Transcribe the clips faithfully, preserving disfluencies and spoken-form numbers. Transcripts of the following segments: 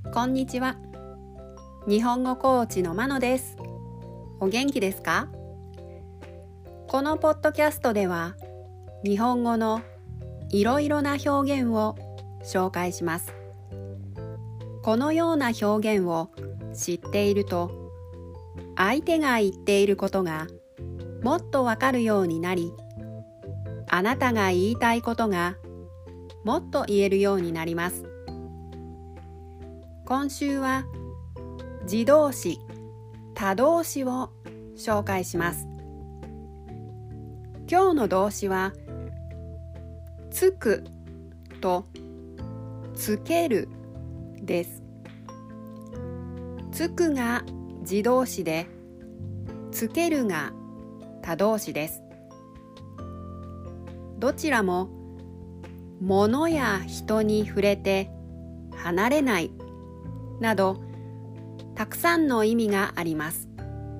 こんにちは。日本語コーチのまのです。お元気ですか？このポッドキャストでは日本語のいろいろな表現を紹介します。このような表現を知っていると、相手が言っていることがもっとわかるようになり、あなたが言いたいことがもっと言えるようになります。今週は自動詞、他動詞を紹介します。今日の動詞はつくとつけるです。つくが自動詞で、つけるが他動詞です。どちらも物や人に触れて離れないなどたくさんの意味があります。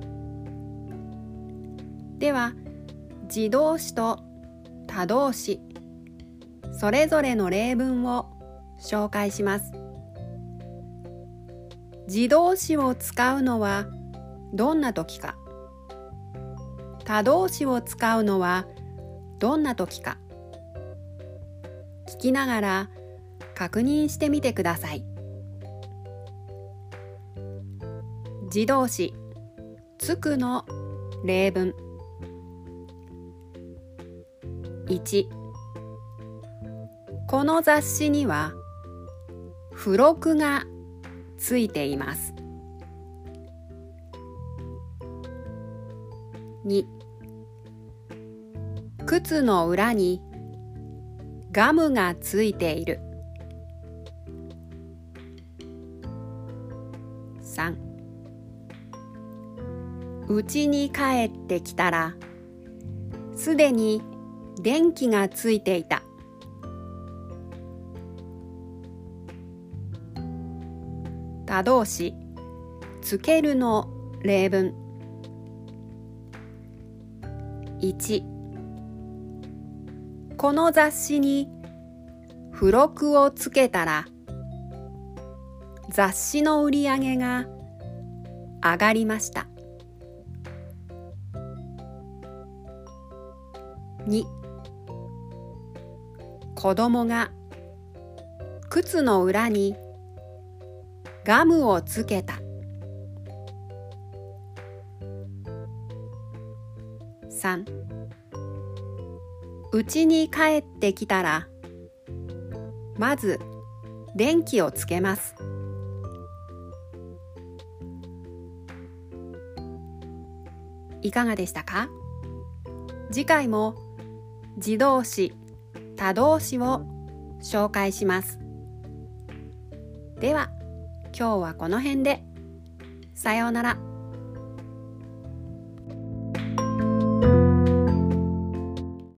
では、自動詞と他動詞それぞれの例文を紹介します。自動詞を使うのはどんな時か、他動詞を使うのはどんな時か、聞きながら確認してみてください。自動詞つくの例文。いち、この雑誌には付録がついています。に、靴の裏にガムがついている。さん、家に帰ってきたらすでに電気がついていた。他動詞つけるの例文。いち、この雑誌に付録をつけたら雑誌の売り上げが上がりました。に、子供が靴の裏にガムをつけた。さん、家に帰ってきたらまず電気をつけます。いかがでしたか？次回も自動詞、他動詞を紹介します。では、今日はこの辺で。さようなら。